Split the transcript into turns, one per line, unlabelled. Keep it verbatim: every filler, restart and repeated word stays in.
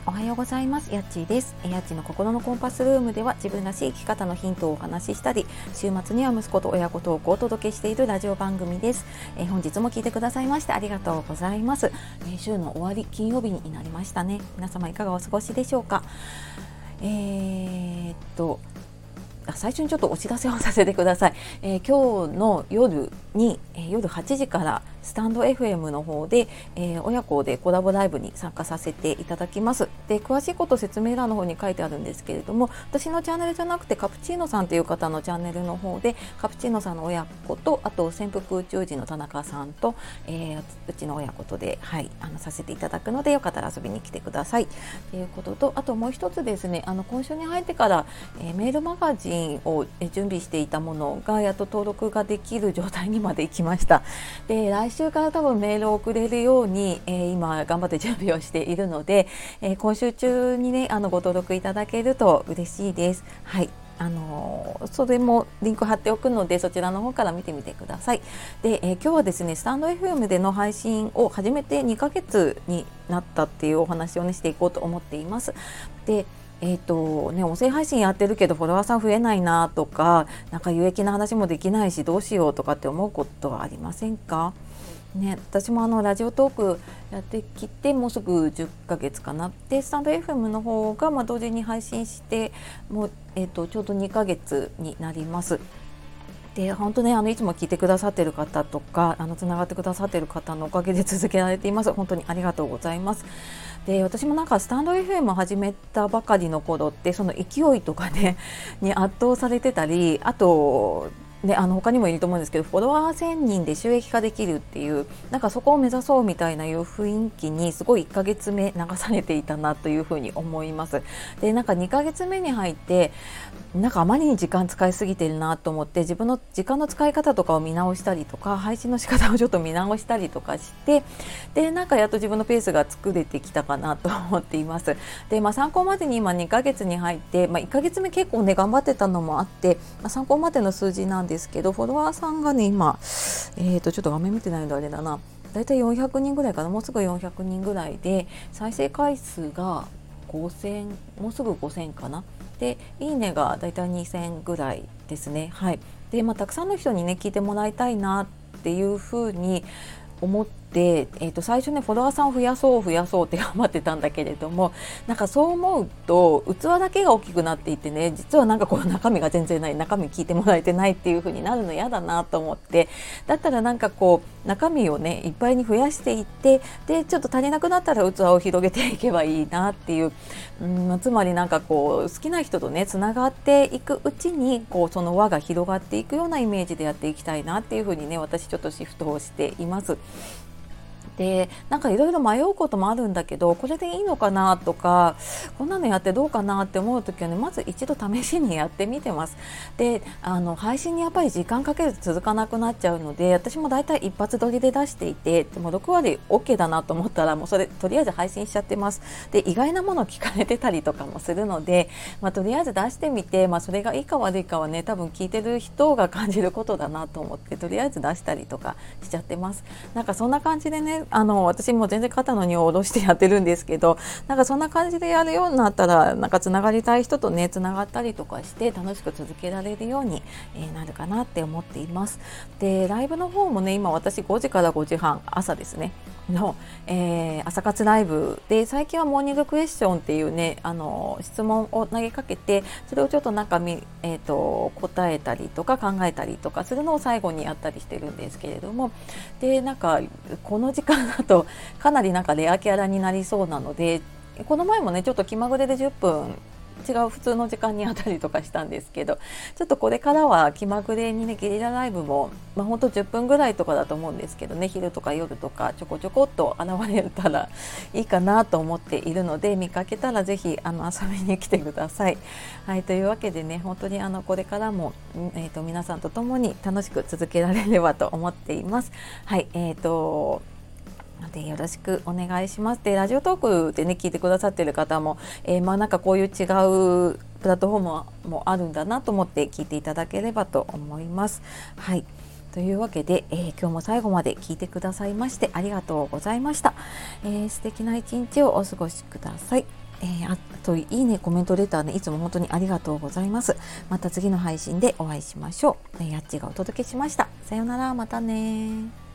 おはようございます。やっちーです。やっちーの心のコンパスルームでは自分らしい生き方のヒントをお話ししたり、週末には息子と親子トークをお届けしているラジオ番組です。えー、本日も聞いてくださいましてありがとうございます。えー、週の終わり金曜日になりましたね。皆様いかがお過ごしでしょうか。えー、っと最初にちょっとお知らせをさせてください。えー、今日の夜に、えー、夜はちじからスタンド エフエム の方で、えー、親子でコラボライブに参加させていただきます。で、詳しいこと説明欄の方に書いてあるんですけれども、私のチャンネルじゃなくてカプチーノさんという方のチャンネルの方で、カプチーノさんの親子と、あと潜伏宇宙人の田中さんと、えー、うちの親子とで、はい、あのさせていただくので、よかったら遊びに来てくださいということと、あともう一つですね、あの今週に入ってから、えー、メールマガジンを準備していたものがやっと登録ができる状態にまで行きました。で、来週から多分メールを送れるように、えー、今頑張って準備をしているので、えー、今週中にねあのご登録いただけると嬉しいです。はい、あのー、それもリンク貼っておくのでそちらの方から見てみてください。で、えー、今日はですねスタンド エフエム での配信を始めてにかげつになったっていうお話を、ね、していこうと思っています。でえーとね、音声配信やってるけどフォロワーさん増えないなとか、なんか有益な話もできないしどうしようとかって思うことはありませんかね。私もあのラジオトークやってきてもうすぐじゅっかげつかな。でスタンド エフエム の方がまあ同時に配信してもう、えーと、ちょうどにかげつになります。で本当ねあのいつも聞いてくださっている方とかあのつながってくださっている方のおかげで続けられています。本当にありがとうございます。で私もなんかスタンド エフエム 始めたばかりの頃ってその勢いとかねに圧倒されてたり、あとね、あの他にもいると思うんですけどフォロワーせんにんで収益化できるっていうなんかそこを目指そうみたいないう雰囲気にすごいいっかげつめ流されていたなというふうに思います。でなんかにかげつめに入ってなんかあまりに時間使いすぎてるなと思って自分の時間の使い方とかを見直したりとか配信の仕方をちょっと見直したりとかしてでなんかやっと自分のペースが作れてきたかなと思っています。で、まあ、参考までに今にかげつに入って、まあ、いっかげつめ結構ね頑張ってたのもあって、まあ、参考までの数字なんですけどフォロワーさんがね今、えー、とちょっと画面見てないのであれだな、だいたいよんひゃくにんぐらいかな、もうすぐよんひゃくにんぐらいで再生回数がごせん、もうすぐごせんかな。でいいねがだいたいにせんぐらいですね。はい。で、まあ、たくさんの人にね聞いてもらいたいなっていうふうに思って、えー、と最初ねフォロワーさんを増やそう増やそうって頑張ってたんだけれども、なんかそう思うと器だけが大きくなっていてね、実はなんかこう中身が全然ない、中身聞いてもらえてないっていう風になるの嫌だなと思って、だったらなんかこう中身をねいっぱいに増やしていって、でちょっと足りなくなったら器を広げていけばいいなっていう、うん、つまりなんかこう好きな人とねつながっていくうちにこうその輪が広がっていくようなイメージでやっていきたいなっていう風にね私ちょっとシフトをしています。でなんかいろいろ迷うこともあるんだけどこれでいいのかなとかこんなのやってどうかなって思うときはねまず一度試しにやってみてます。であの配信にやっぱり時間かけると続かなくなっちゃうので私もだいたい一発撮りで出していてでもろくわり OK だなと思ったらもうそれとりあえず配信しちゃってます。で意外なもの聞かれてたりとかもするので、まあ、とりあえず出してみて、まあ、それがいいか悪いかはね多分聞いてる人が感じることだなと思ってとりあえず出したりとかしちゃってます。なんかそんな感じでねあの私も全然肩の荷を下ろしてやってるんですけど、なんかそんな感じでやるようになったらなんかつながりたい人とねつながったりとかして楽しく続けられるように、えー、なるかなって思っています。でライブの方もね今私ごじからごじはん朝ですねの、えー、朝活ライブで最近はモーニングクエスチョンっていうねあの質問を投げかけてそれをちょっと中身、えー、と答えたりとか考えたりとかするのを最後にやったりしてるんですけれども、でなんかこの時間だとかなりなんかレアキャラになりそうなのでこの前もねちょっと気まぐれでじゅっぷん違う普通の時間にあったりとかしたんですけど、ちょっとこれからは気まぐれにねゲリラライブも、まあ、ほんとじゅっぷんぐらいとかだと思うんですけどね昼とか夜とかちょこちょこっと現れたらいいかなと思っているので見かけたらぜひあの遊びに来てください。はい、というわけでね本当にあのこれからも、えー、と皆さんと共に楽しく続けられればと思っています。はい、えーとでよろしくお願いします。でラジオトークでね聞いてくださっている方も、えー、まあなんかこういう違うプラットフォームもあるんだなと思って聞いていただければと思います。はい、というわけで、えー、今日も最後まで聞いてくださいましてありがとうございました。えー、素敵な一日をお過ごしください。 えー、あといいね、コメント、レターね、いつも本当にありがとうございます。また次の配信でお会いしましょう。えー、やっちがお届けしました。さようなら、またね。